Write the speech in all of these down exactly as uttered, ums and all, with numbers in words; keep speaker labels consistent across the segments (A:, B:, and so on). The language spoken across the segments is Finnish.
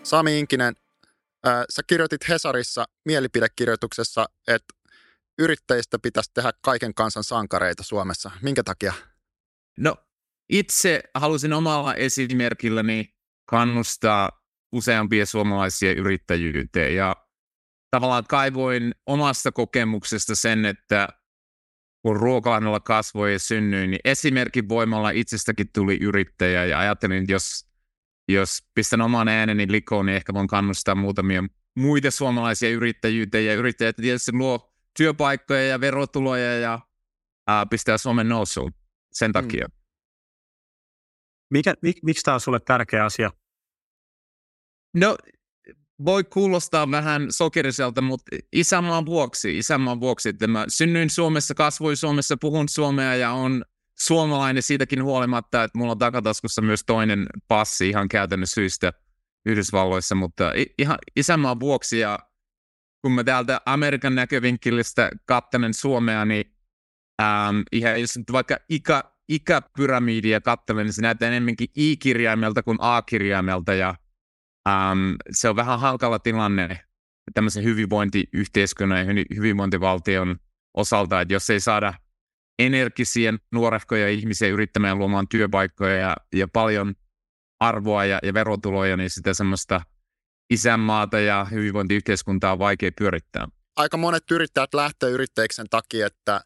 A: Sami Inkinen, ää, sä kirjoitit Hesarissa mielipidekirjoituksessa, että yrittäjistä pitäisi tehdä kaiken kansan sankareita Suomessa. Minkä takia?
B: No itse halusin omalla esimerkilläni kannustaa useampia suomalaisia yrittäjyyteen ja tavallaan kaivoin omasta kokemuksesta sen, että kun Ruokalannalla kasvoi ja synnyin, niin esimerkin voimalla itsestäkin tuli yrittäjä ja ajattelin, että jos, jos pistän oman ääneni likoon, niin ehkä voin kannustaa muutamia muita suomalaisia yrittäjyyteen ja yrittäjät tietysti luo työpaikkoja ja verotuloja ja ää, pistää Suomen nousuun sen takia. Mm.
C: Mikä, mik, miksi tämä on sulle tärkeä asia?
B: No, voi kuulostaa vähän sokeriselta, mutta isänmaan vuoksi, isänmaan vuoksi, että mä synnyin Suomessa, kasvoin Suomessa, puhun suomea ja on suomalainen siitäkin huolimatta, että mulla on takataskussa myös toinen passi ihan käytännön syistä Yhdysvalloissa, mutta ihan isänmaan vuoksi ja kun mä täältä Amerikan näkövinkkelistä katselen Suomea, niin ähm, ihan jos nyt vaikka ikä, ikäpyramidia katselen, niin se näyttää enemmänkin I-kirjaimelta kuin A-kirjaimelta ja Um, se on vähän hankala tilanne tämmöisen hyvinvointiyhteiskunnan ja hyvinvointivaltion osalta, että jos ei saada energisiä nuorehkoja ihmisiä yrittämään luomaan työpaikkoja ja, ja paljon arvoa ja, ja verotuloja, niin sitä semmoista isänmaata ja hyvinvointiyhteiskuntaa on vaikea pyörittää.
A: Aika monet yrittäjät lähtee yrittäjiksi sen takia, että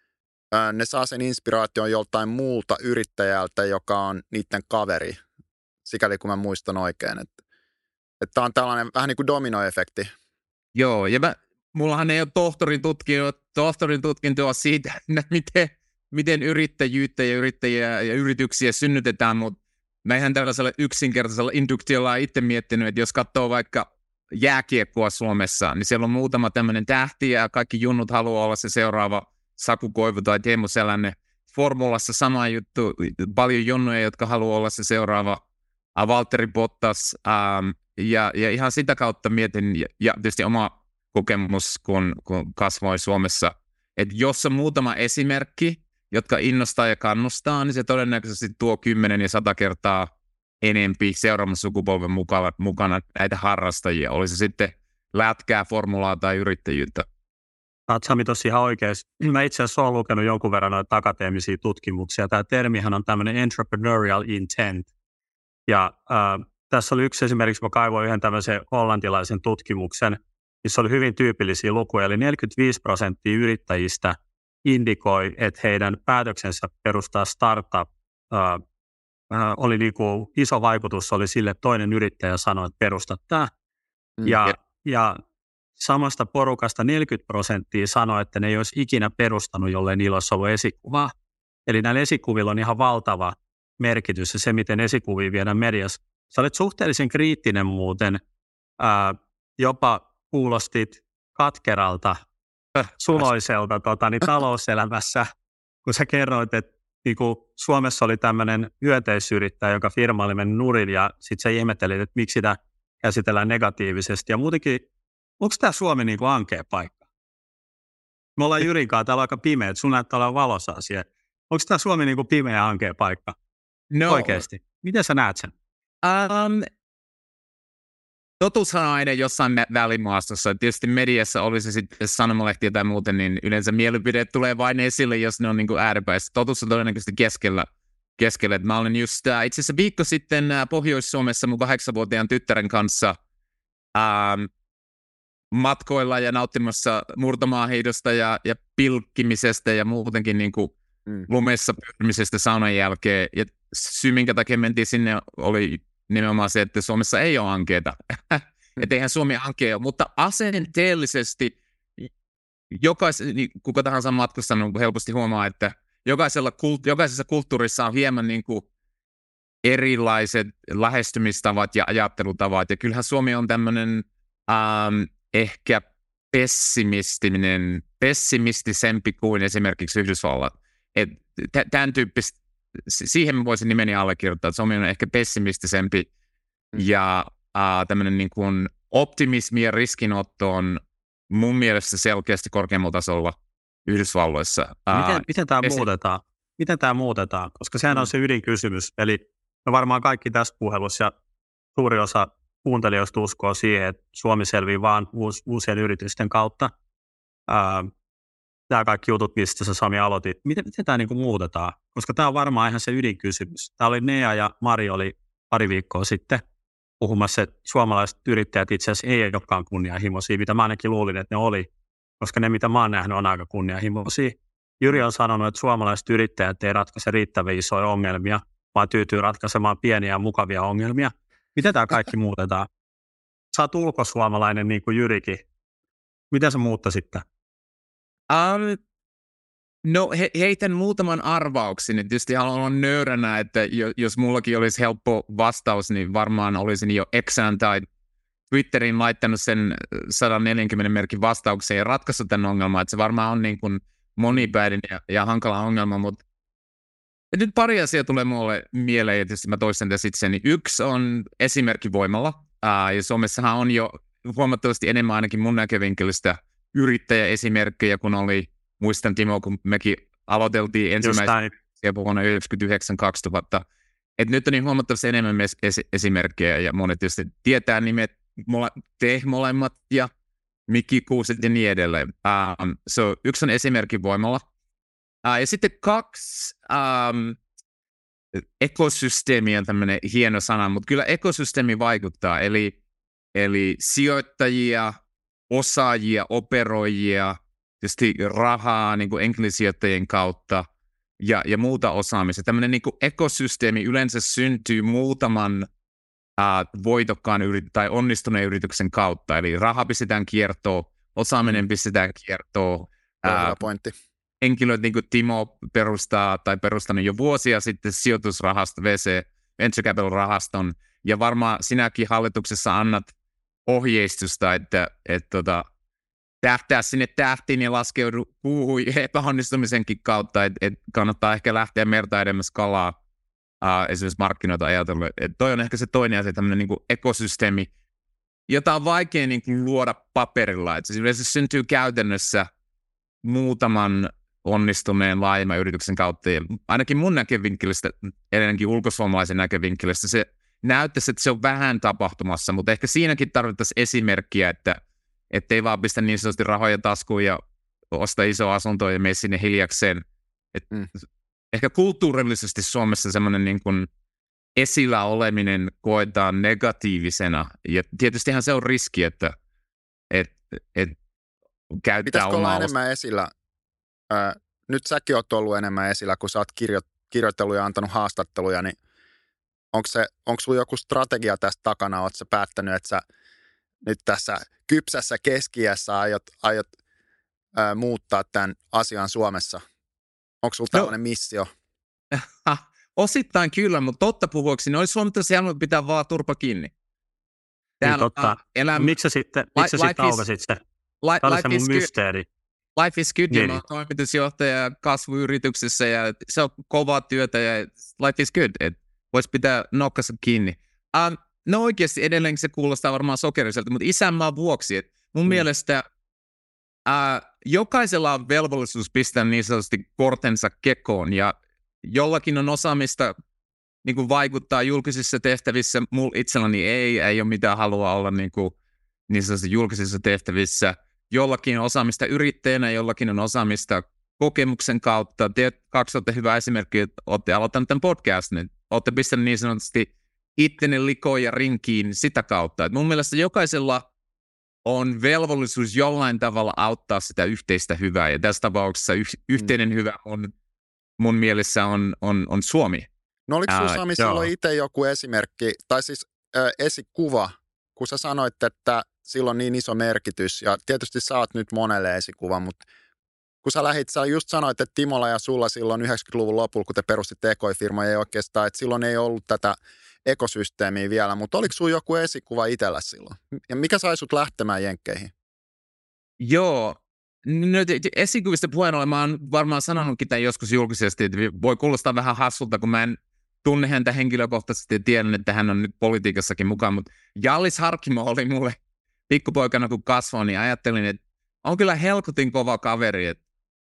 A: ne saa sen inspiraation joltain muulta yrittäjältä, joka on niiden kaveri, sikäli kun mä muistan oikein, että Että tämä on tällainen vähän niin kuin dominoefekti.
B: Joo, ja mä, mullahan ei ole tohtorin tutkintoa, tohtorin tutkintoa siitä, miten, miten yrittäjyyttä ja yrittäjiä ja yrityksiä synnytetään, mutta mä ihan tällaisella yksinkertaisella induktiolla itse miettinyt, että jos katsoo vaikka jääkiekkoa Suomessa, niin siellä on muutama tämmöinen tähti ja kaikki junnut haluaa olla se seuraava Saku Koivu tai Teemu Selänne. Formulassa sama juttu, paljon junnuja, jotka haluaa olla se seuraava Valtteri Bottas, ähm, ja, ja ihan sitä kautta mietin, ja, ja tietysti oma kokemus, kun, kun kasvoin Suomessa, että jos on muutama esimerkki, jotka innostaa ja kannustaa, niin se todennäköisesti tuo kymmenen ja sata kertaa enempi seuraavan sukupolven mukana, mukana näitä harrastajia, oli se sitten lätkää, formulaa tai yrittäjyyttä.
C: Olet Sami tossa ihan oikeassa. Mä itse asiassa olen lukenut jonkun verran noita akateemisia tutkimuksia. Tämä termihän on tämmöinen entrepreneurial intent. Ja äh, tässä oli yksi esimerkiksi, mä kaivoin yhden tämmöisen hollantilaisen tutkimuksen, missä oli hyvin tyypillisiä lukuja, eli neljäkymmentäviisi prosenttia yrittäjistä indikoi, että heidän päätöksensä perustaa startup äh, äh, oli niinku, iso vaikutus oli sille, että toinen yrittäjä sanoi, että perusta tämä. Mm, ja, ja samasta porukasta neljäkymmentä prosenttia sanoi, että ne ei olisi ikinä perustanut, jollei niillä olisi ollut esikuvaa. Eli näillä esikuvilla on ihan valtava merkitys ja se, miten esikuvia viedään mediassa. Sä olet suhteellisen kriittinen muuten, ää, jopa kuulostit katkeralta, suloiselta tota, niin talouselämässä, kun sä kerroit, että niin kun Suomessa oli tämmöinen hyönteisyrittäjä, joka firma oli mennyt nurin ja sitten sä ihmettelit, että miksi sitä käsitellään negatiivisesti. Ja muutenkin, onko tämä Suomi niin kuin ankea paikka? Me ollaan Jyrinkaan, täällä on aika pimeä, sun näyttää olla valosaa siellä. Onko tämä Suomi niin kuin pimeä ja ankea paikka?
B: No.
C: Oikeasti. Miten sä näet sen?
B: Um, totuushan on aina jossain välimaastossa. Tietysti mediassa oli se sitten sanomalehtiä tai muuten, niin yleensä mielipiteet tulee vain esille, jos ne on niin kuin ääripäissä. Totuus on todennäköisesti keskellä. keskellä. Mä olin just uh, itse asiassa viikko sitten uh, Pohjois-Suomessa mun kahdeksanvuotiaan tyttären kanssa um, matkoilla ja nauttimassa murtomaahiidosta ja, ja pilkkimisestä ja muutenkin niin kuin mm. lumessa pyörimisestä saunan jälkeen. Ja syy, minkä takia mentiin sinne, oli nimenomaan se, että Suomessa ei ole ankeita. Että eihän Suomi ankea ole, mutta asenteellisesti jokais, niin kuka tahansa matkustanut helposti huomaa, että jokaisella, jokaisessa kulttuurissa on hieman niin kuin erilaiset lähestymistavat ja ajattelutavat. Ja kyllähän Suomi on tämmöinen ähm, ehkä pessimistinen, pessimistisempi kuin esimerkiksi Yhdysvallat. Et tämän tyyppistä, siihen mä voisin nimeni allekirjoittaa, että Suomi on ehkä pessimistisempi mm. ja äh, tämmöinen niin kuin optimismi ja riskinotto on mun mielestä selkeästi korkeammalla tasolla Yhdysvalloissa.
C: Miten, äh, miten tämä esi- muutetaan? Miten tämä muutetaan? Koska sehän mm. on se ydinkysymys. Eli me varmaan kaikki tässä puhelussa ja suuri osa kuuntelijoista uskoo siihen, että Suomi selvii vaan uus, uusien yritysten kautta. Ää, Nämä kaikki jutut, mistä sä Sami aloitit, miten, miten tämä niinku muutetaan? Koska tämä on varmaan ihan se ydinkysymys. Tämä oli Nea ja Mari oli pari viikkoa sitten puhumassa, että suomalaiset yrittäjät itse asiassa ei olekaan kunnianhimoisia, mitä mä ainakin luulin, että ne oli, koska ne, mitä mä oon nähnyt, on aika kunnianhimoisia. Jyri on sanonut, että suomalaiset yrittäjät ei ratkaise riittävän isoja ongelmia, vaan tyytyy ratkaisemaan pieniä ja mukavia ongelmia. Miten tämä kaikki muutetaan? Sä oot ulkosuomalainen niin kuin Jyrikin. Miten sä muuttaisit tämän?
B: Um, no he, heitän muutaman arvauksen. Tietysti haluan olla nöyränä, että jos mullakin olisi helppo vastaus, niin varmaan olisin jo Xään tai Twitterin laittanut sen sata neljäkymmentä merkin vastaukseen ja ratkaissut tämän ongelman. Että se varmaan on niin kuin monipäinen ja, ja hankala ongelma, mutta nyt pari asiaa tulee mulle mieleen, ja tietysti mä toistan tässä itseäni. Yksi on esimerkki voimalla, uh, ja Suomessahan on jo huomattavasti enemmän ainakin mun näkövinkkelistä yrittäjäesimerkkejä, kun oli, muistan Timo, kun mekin aloiteltiin ensimmäisiä vuonna yhdeksänkymmentäyhdeksän kaksituhatta, että nyt on niin huomattavasti enemmän es- esimerkkejä, ja monet tietysti tietää nimet, mole- te molemmat, ja Mikki Kuuset ja niin edelleen. Um, so, yksi on esimerkki voimalla. Uh, ja sitten kaksi, um, ekosysteemi on tämmöinen hieno sana, mutta kyllä ekosysteemi vaikuttaa, eli, eli sijoittajia, osaajia, operoijia, tietysti rahaa niin kuin enkelisijoittajien kautta ja, ja muuta osaamista. Tämmöinen niin kuin ekosysteemi yleensä syntyy muutaman uh, voitokkaan yrit- tai onnistuneen yrityksen kautta, eli raha pistetään kiertoon, osaaminen pistetään kiertoon.
A: Hyvä pointti.
B: Henkilöt, niin kuin Timo perustaa tai perustanut jo vuosia sitten sijoitusrahasto, V C, Venture Capital-rahaston, ja varmaan sinäkin hallituksessa annat ohjeistusta, että, että tota, tähtää sinne tähtiin ja laskeudu puuhui epäonnistumisenkin kautta, että, että kannattaa ehkä lähteä merta edemmäs kalaa, uh, esimerkiksi markkinoita ajatellen. Että toi on ehkä se toinen asia, tämmöinen niin kuin ekosysteemi, jota on vaikea niin kuin luoda paperilla. Että se yleensä syntyy käytännössä muutaman onnistuneen laajemman yrityksen kautta. Ja ainakin mun näkövinkkelistä, edelleenkin ulkosuomalaisen näkövinkkelistä, se näyttäisi, että se on vähän tapahtumassa, mutta ehkä siinäkin tarvittaisiin esimerkkiä, että ei vaan pistä niin sanotusti rahoja taskuun ja osta iso asunto ja mene sinne hiljakseen. Mm. Ehkä kulttuurillisesti Suomessa semmoinen niin kuin esillä oleminen koetaan negatiivisena, ja tietystihan se on riski, että et, et käyttää
A: pitäisikö
B: omaa...
A: olla enemmän esillä? Äh, nyt säkin oot ollut enemmän esillä, kun sä oot kirjo- kirjoitellut ja antanut haastatteluja, niin onko se, onko sulla joku strategia tästä takana? Oletko sä päättänyt, että sä nyt tässä kypsässä keski-iässä aiot, aiot ää, muuttaa tämän asian Suomessa? Onko sulla tällainen no, missio?
B: Osittain kyllä, mutta totta puhuaksi, niin olisi huomattavasti halunnut pitää vaan turpa kiinni.
C: Niin totta. Elämä... Miksi sä sitten, miksi sä sitten aukasit se? Tämä oli se mun mysteeri.
B: Life is good, niin. Ja toimitusjohtaja kasvuyrityksessä, ja se on kovaa työtä, ja life is good, että voisi pitää nokkassa kiinni. Um, no oikeasti edelleenkin se kuulostaa varmaan sokeriselta, mutta isänmaan vuoksi, että mun mm. mielestä uh, jokaisella on velvollisuus pistää niin sanotusti kortensa kekoon, ja jollakin on osaamista niin kuin vaikuttaa julkisissa tehtävissä, mulla itselläni ei, ei ole mitään halua olla niin, kuin, niin sanotusti julkisissa tehtävissä, jollakin on osaamista yrittäjänä, jollakin on osaamista kokemuksen kautta. Te kaksi olette hyvä esimerkki, että olette aloittaneet tämän podcastin, olette pistäneet niin sanotusti itteni likoon ja rinkiin sitä kautta. Et mun mielestä jokaisella on velvollisuus jollain tavalla auttaa sitä yhteistä hyvää, ja tässä tapauksessa yh- yhteinen mm. hyvä on mun mielessä on, on, on Suomi.
A: No oliko sinulla, Sami, silloin itse joku esimerkki, tai siis äh, esikuva, kun sä sanoit, että sillä on niin iso merkitys, ja tietysti sä oot nyt monelle esikuva, mutta kun sä lähit, sä just sanoit, että Timolla ja sulla silloin yhdeksänkymmentäluvun lopulla, kun te perustitte ekoi-firmoja, ei oikeastaan, että silloin ei ollut tätä ekosysteemiä vielä, mutta oliko sulla joku esikuva itsellä silloin? Ja mikä sai sut lähtemään jenkkeihin?
B: Joo, no, esikuvista puheen ollen, mä oon varmaan sanonutkin tämän joskus julkisesti, että voi kuulostaa vähän hassulta, kun mä en tunne häntä henkilökohtaisesti ja tiedän, että hän on nyt politiikassakin mukaan, mutta Jallis Harkimo oli mulle pikkupoikana, kun kasvoin, niin ajattelin, että on kyllä helkutin kova kaveri, että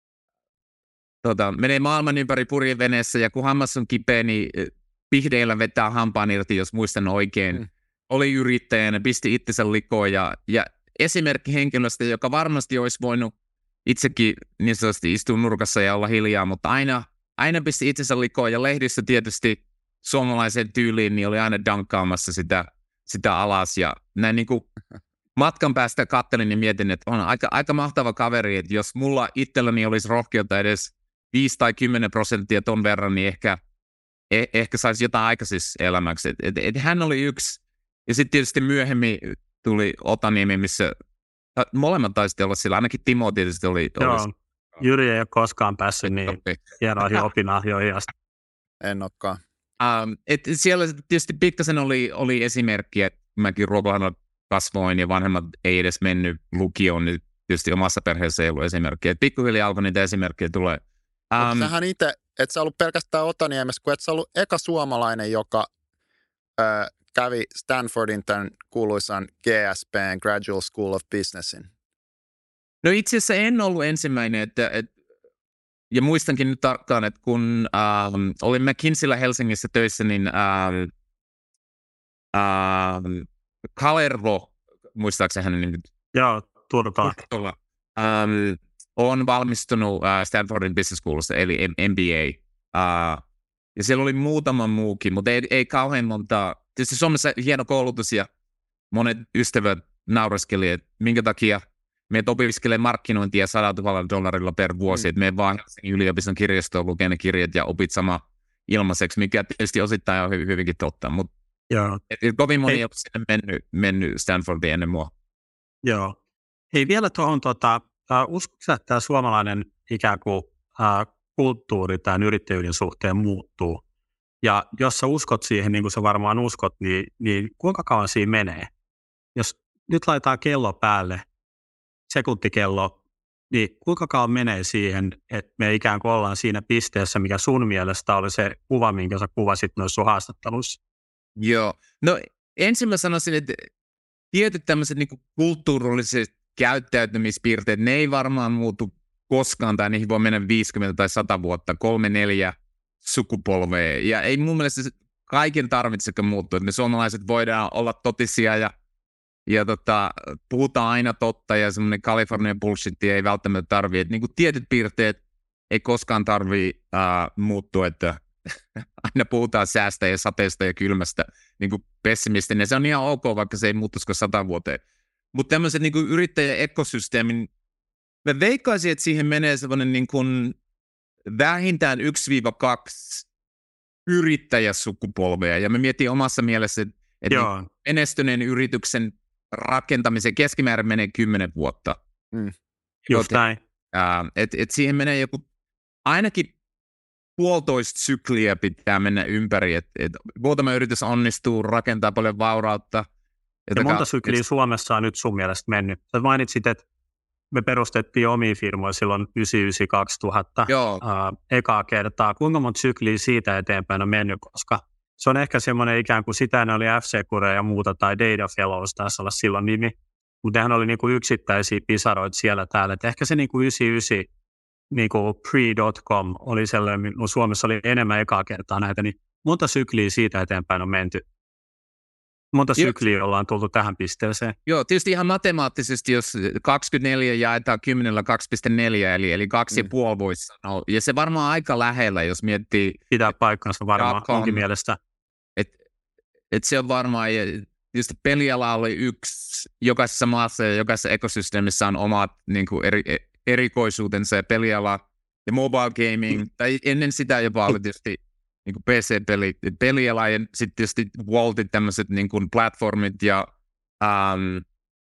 B: tota, menee maailman ympäri purjeveneessä, ja kun hammas on kipeä, niin pihdeillä vetää hampaan irti, jos muistan oikein. Mm. oli yrittäjänä, pisti itsensä likoon ja, ja esimerkki henkilöstä, joka varmasti olisi voinut itsekin niin sanotusti istua nurkassa ja olla hiljaa, mutta aina, aina pisti itsensä likoon ja lehdistö tietysti suomalaiseen tyyliin niin oli aina dankkaamassa sitä, sitä alas ja näin niin kuin matkan päästä kattelin ja mietin, että on aika, aika mahtava kaveri, että jos mulla itselläni olisi rohkeutta edes viisi tai kymmenen prosenttia ton verran, niin ehkä, eh, ehkä saisi jotain aikaisessa elämäksi. Et, et, et hän oli yksi. Ja sitten tietysti myöhemmin tuli Otaniemi, missä molemmat taisivat olla sillä, ainakin Timo tietysti oli.
C: Joo,
B: oli
C: Jyri ei ole koskaan päässyt niin hienoihin opinahjoihin.
A: En olekaan.
B: Um, et siellä tietysti pikkasen oli, oli esimerkki, että mäkin Ruokolahden kasvoin ja vanhemmat ei edes mennyt lukioon, niin tietysti omassa perheessä ei ollut esimerkkiä. Et pikkuhiljaa alkoi niitä esimerkkejä tulee.
A: Um, sähän itse, et sä ollut pelkästään Otaniemessä, kun et sä ollut eka suomalainen, joka ö, kävi Stanfordin tämän kuuluisan G S B:n Graduate School of Businessin.
B: No itse asiassa en ollut ensimmäinen, että, et, ja muistankin nyt tarkkaan, että kun ähm, olin McKinseyllä Helsingissä töissä, niin ähm, ähm, Kalervo, muistaakseni hänen nimen?
C: Joo, Turtola.
B: Turtola. Ähm, on valmistunut äh, Stanfordin Business Schoolista, eli M B A. Äh, ja siellä oli muutama muukin, mutta ei, ei kauhean monta. Tietysti Suomessa hieno koulutus ja monet ystävät naureskeli, että minkä takia meidät opiskelee markkinointia sadalla dollarilla per vuosi, mm. että me vaan Helsingin yliopiston kirjastoon lukee ne kirjat ja opit sama ilmaiseksi, mikä tietysti osittain on hyvinkin totta, mutta et, et kovin moni ei ole sinne mennyt, mennyt Stanfordiin ennen mua.
C: Joo. Hei vielä tuohon, tota, uh, uskotko sä, että tämä suomalainen ikään kuin uh, kulttuuri tämän yrittäjyyden suhteen muuttuu? Ja jos sä uskot siihen, niin kuin sä varmaan uskot, niin, niin kuinka kauan siinä menee? Jos nyt laitetaan kello päälle, sekuntikello, niin kuinka kauan menee siihen, että me ikään kuin ollaan siinä pisteessä, mikä sun mielestä oli se kuva, minkä sä kuvasit noissa sun haastatteluissa?
B: Joo. No ensin mä sanoisin, että tietyt tämmöiset niin kuin kulttuurilliset käyttäytymispiirteet, ne ei varmaan muutu koskaan, tai niihin voi mennä viisikymmentä tai sata vuotta, kolme, neljä sukupolvea. Ja ei mun mielestä kaiken tarvitsekaan muuttua, että me suomalaiset voidaan olla totisia ja Ja tota, puhutaan aina totta ja semmoinen Californian bullshit ei välttämättä tarvitse. Että niin kuin tietyt piirteet ei koskaan tarvitse uh, muuttua, että aina puhutaan säästä ja sateesta ja kylmästä niin kuin pessimistinen. Se on ihan ok, vaikka se ei muuttuisikaan sata vuoteen. Mutta tämmöiset niin kuin yrittäjäekosysteemin, mä veikkaisin, että siihen menee semmoinen niin kuin vähintään yksi kaksi yrittäjäsukupolvea. Ja mä mietin omassa mielessä, että niin menestyneen yrityksen rakentamisen keskimäärin menee kymmenen vuotta.
C: Mm. Just näin.
B: Uh, Että et siihen menee joku, ainakin puolitoista sykliä pitää mennä ympäri. Että et, muutama yritys onnistuu, rakentaa paljon vaurautta.
C: Ja monta sykliä Suomessa on nyt sun mielestä mennyt? Sä mainitsit, että me perustettiin omia firmoja silloin yhdeksänkymmentäyhdeksän kaksituhatta uh, ekaa kertaa. Kuinka monta sykliä siitä eteenpäin on mennyt, koska se on ehkä semmoinen ikään kuin sitä ne oli F C-kureja ja muuta, tai Data Fellows taisi olla silloin nimi, mutta nehän oli niinku yksittäisiä pisaroita siellä täällä. Et ehkä se niinku yhdeksänkymmentäyhdeksän niinku pre dot com oli sellainen, no Suomessa oli enemmän ekaa kertaa näitä, niin monta sykliä siitä eteenpäin on menty. Monta sykliä ollaan tultu tähän pisteeseen.
B: Joo, tietysti ihan matemaattisesti, jos kaksikymmentäneljä jaetaan kymmenellä kaksi pilkku neljä, eli, eli kaksi mm. ja puoli voisi sanoa. Ja se varmaan aika lähellä, jos miettii.
C: Pitää paikkansa varmaan onkin mielestä.
B: Et, et se on varmaan, ja tietysti peliala oli yksi, jokaisessa maassa ja jokaisessa ekosysteemissä on omat niin kuin eri, erikoisuutensa ja peliala ja mobile gaming, mm. tai ennen sitä jopa oli tietysti niin kuin P C-peli, peliala ja sitten tietysti Waltit, tämmöiset niin kuin platformit ja um,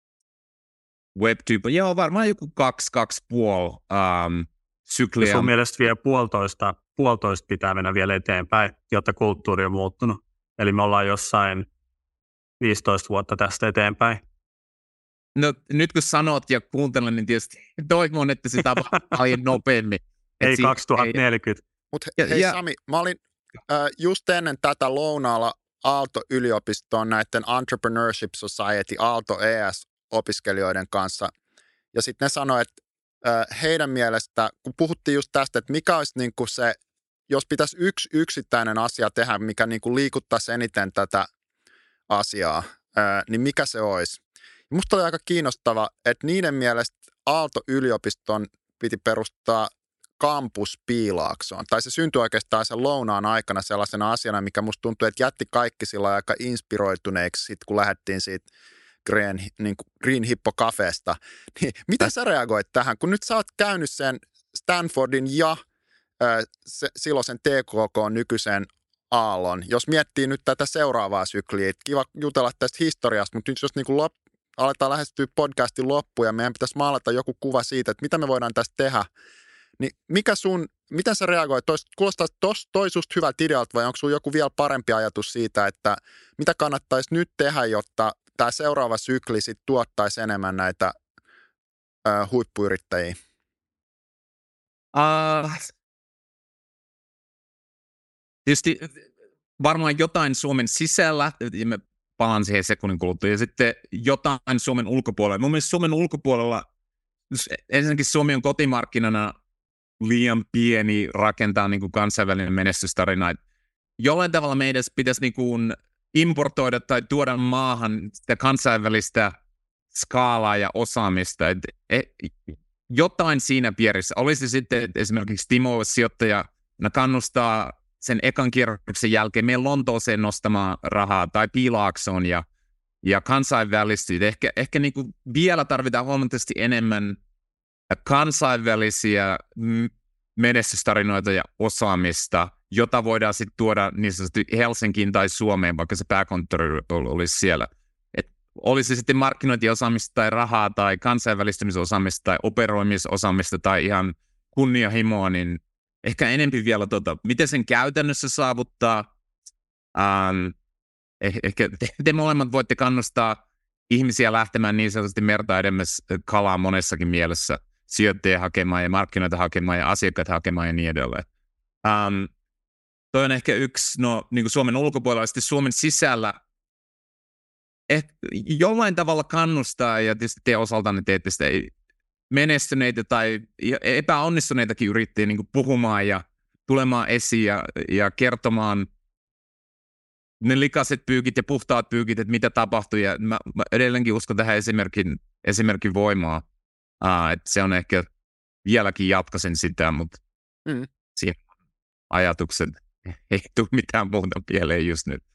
B: web-tyyppi. Joo, varmaan joku kaksi, kaksi puoli um, sykliä.
C: Sun mielestä vielä puolitoista, puolitoista pitää mennä vielä eteenpäin, jotta kulttuuri on muuttunut. Eli me ollaan jossain viisitoista vuotta tästä eteenpäin.
B: No nyt kun sanot ja kuuntelen, niin tietysti toivon, että se tapahtuu paljon nopeammin.
C: Ei kaksituhattaneljäkymmentä.
A: Mutta hei ja, Sami, mä olin äh, just ennen tätä lounaalla Aalto-yliopistoon näiden Entrepreneurship Society, Aalto E S-opiskelijoiden kanssa. Ja sitten ne sanoi, että äh, heidän mielestä, kun puhuttiin just tästä, että mikä olisi niinku se, jos pitäisi yksi yksittäinen asia tehdä, mikä niinku liikuttaisi eniten tätä asiaa, ää, niin mikä se olisi? Musta oli aika kiinnostava, että niiden mielestä Aalto-yliopiston piti perustaa kampus Piilaaksoon. Tai se syntyi oikeastaan sen lounaan aikana sellaisena asiana, mikä musta tuntuu, että jätti kaikki sillä aika inspiroituneeksi, sit kun lähdettiin siitä Green, niin kuin Green Hippo Cafesta. Niin, miten sä reagoit tähän, kun nyt sä oot käynyt sen Stanfordin ja äh, se, silloisen T K K nykyisen aallon. Jos miettii nyt tätä seuraavaa sykliä, kiva jutella tästä historiasta, mutta nyt jos niin kuin lop, aletaan lähestyä podcastin loppuun ja meidän pitäisi maalata joku kuva siitä, että mitä me voidaan tästä tehdä, niin mikä sun, miten sä reagoit? Tois, kuulostaa tos, toi susta hyvältä idealta vai onko sun joku vielä parempi ajatus siitä, että mitä kannattaisi nyt tehdä, jotta tämä seuraava sykli sit tuottaisi enemmän näitä ö, huippuyrittäjiä?
B: Uh, tietysti varmaan jotain Suomen sisällä, ja me palaan siihen sekunnin kuluttua, ja sitten jotain Suomen ulkopuolella. Mun mielestä Suomen ulkopuolella, ensinnäkin Suomi on kotimarkkinana liian pieni rakentaa niin kuin kansainvälinen menestystarina. Jollain tavalla meidän pitäisi niin kuin importoida tai tuoda maahan sitä kansainvälistä skaalaa ja osaamista. Et, et, jotain siinä piirissä. Olisi sitten, että esimerkiksi Timo sijoittaja kannustaa sen ekan kierroksen jälkeen meidän Lontooseen nostamaan rahaa tai Piilaaksoon ja, ja kansainvälistyy. Ehkä, ehkä niin kuin vielä tarvitaan huomattavasti enemmän kansainvälisiä menestystarinoita ja osaamista, jota voidaan sitten tuoda niin sanotusti Helsinkiin tai Suomeen, vaikka se pääkonttori olisi siellä. Et olisi sitten markkinointiosaamista tai rahaa tai kansainvälistymisosaamista tai operoimisosaamista tai ihan kunnianhimoa, niin ehkä enemmän vielä, tota, miten sen käytännössä saavuttaa. Ähm, eh, ehkä te, te molemmat voitte kannustaa ihmisiä lähtemään niin sanotusti merta edemmäs kalaa monessakin mielessä, sijoittajia hakemaan ja markkinoita hakemaan ja asiakkaita hakemaan ja niin edelleen. Ähm, toi on ehkä yksi, no niin kuin Suomen ulkopuolella, sitten Suomen sisällä eh, jollain tavalla kannustaa, ja tietysti te osaltanne teette sitä menestyneitä tai epäonnistuneitakin yrittäjiä niin kuin puhumaan ja tulemaan esiin ja, ja kertomaan ne likaiset pyykit ja puhtaat pyykit, että mitä tapahtui. Ja mä, mä edelleenkin uskon tähän esimerkin, esimerkin voimaa. Uh, että se on ehkä vieläkin jatkaisen sitä, mutta mm. siihen ajatukset ei tule mitään muuta pieleen just nyt.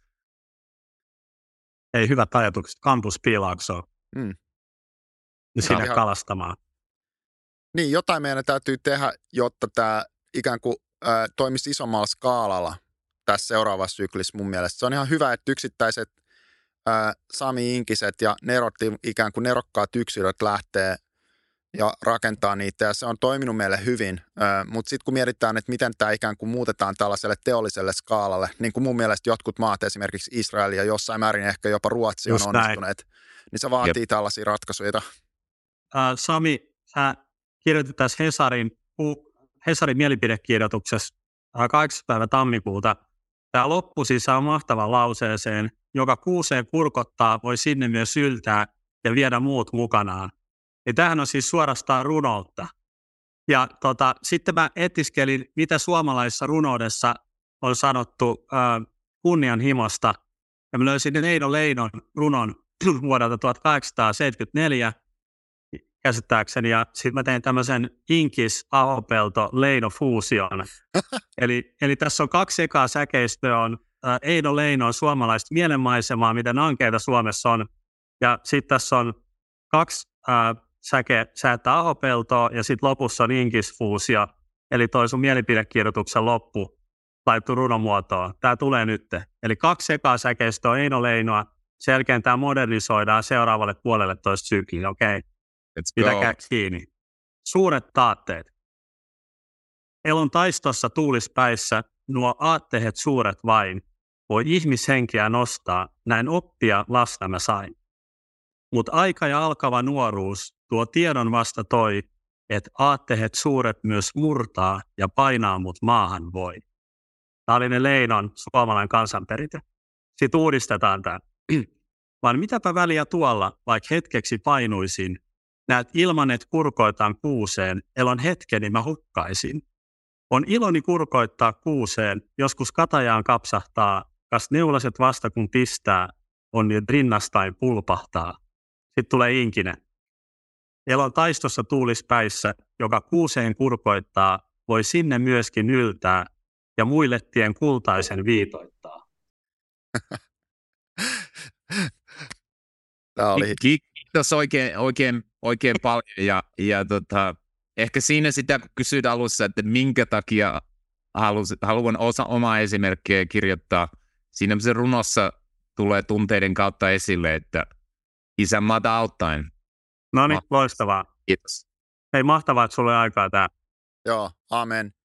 C: Ei, hyvät ajatukset. Kampus Piilaaksoon. Mm. Ja sinne ihan kalastamaan.
A: Niin, jotain meidän täytyy tehdä, jotta tämä ikään kuin ä, toimisi isommalla skaalalla tässä seuraavassa syklissä mun mielestä. Se on ihan hyvä, että yksittäiset ä, Sami Inkiset ja nerotti, ikään kuin nerokkaat yksilöt lähtee ja rakentaa niitä, ja se on toiminut meille hyvin. Ä, mutta sitten kun mietitään, että miten tämä ikään kuin muutetaan tällaiselle teolliselle skaalalle, niin kuin mun mielestä jotkut maat, esimerkiksi Israel ja jossain määrin ehkä jopa Ruotsi on Just onnistuneet, näin. Niin se vaatii Jep. tällaisia ratkaisuja. Uh,
C: Sami, sä kirjoitit tässä Hesarin, Hesarin mielipidekirjoituksessa kahdeksas päivä tammikuuta. Tämä loppu siis on mahtavan lauseeseen, joka kuuseen kurkottaa, voi sinne myös yltää ja viedä muut mukanaan. Ja tämähän on siis suorastaan runoutta. Ja tota, sitten mä etiskelin, mitä suomalaisessa runoudessa on sanottu äh, kunnianhimosta. Ja mä löysin Eino Leinon runon vuodelta tuhatkahdeksansataaseitsemänkymmentäneljä käsittääkseni, ja sitten mä tein tämmöisen Inkis, Ahopelto, Leino fuusion. eli, eli tässä on kaksi ekaa säkeistöä, on äh, Eino Leinon suomalaista mielenmaisemaa, miten ankeita Suomessa on, ja sitten tässä on kaksi äh, säke säättää Ahopeltoa, ja sitten lopussa on Inkis fuusio, eli toi sun mielipidekirjoituksen loppu laittu runomuotoon. Tämä tulee nyt. Eli kaksi ekaa säkeistöä on Eino Leinoa, sen jälkeen tämä modernisoidaan seuraavalle puolelle toista sykliä, okei? Okay? Pitäkää kiinni. Suuret taatteet. Elon taistossa tuulispäissä nuo aatteet suuret vain, voi ihmishenkiä nostaa, näin oppia lasta mä sain. Mut aika ja alkava nuoruus tuo tiedon vasta toi, että aatteet suuret myös murtaa ja painaa mut maahan voi. Tämä oli ne Leinon suomalainen kansanperintö. Sitten uudistetaan tämä. Vaan mitäpä väliä tuolla, vaikka hetkeksi painuisin, näet ilman, et kurkoitaan kuuseen, elon hetkeni mä hukkaisin. On iloni kurkoittaa kuuseen, joskus katajaan kapsahtaa, kas neulaset vasta kun pistää, on niin, että rinnastain pulpahtaa. Sitten tulee inkinen. Elon taistossa tuulispäissä, joka kuuseen kurkoittaa, voi sinne myöskin yltää ja muille tien kultaisen viitoittaa.
A: Tämä oli...
B: Kiitos oikein, oikein, oikein paljon ja, ja tota, ehkä siinä sitä, kun kysyt alussa, että minkä takia halus, haluan osa omaa esimerkkiä kirjoittaa, siinä se runossa tulee tunteiden kautta esille, että isänmaata auttaen.
C: No niin, loistavaa.
B: Kiitos.
C: Hei, mahtavaa, että sulla oli aikaa tää.
A: Joo, amen.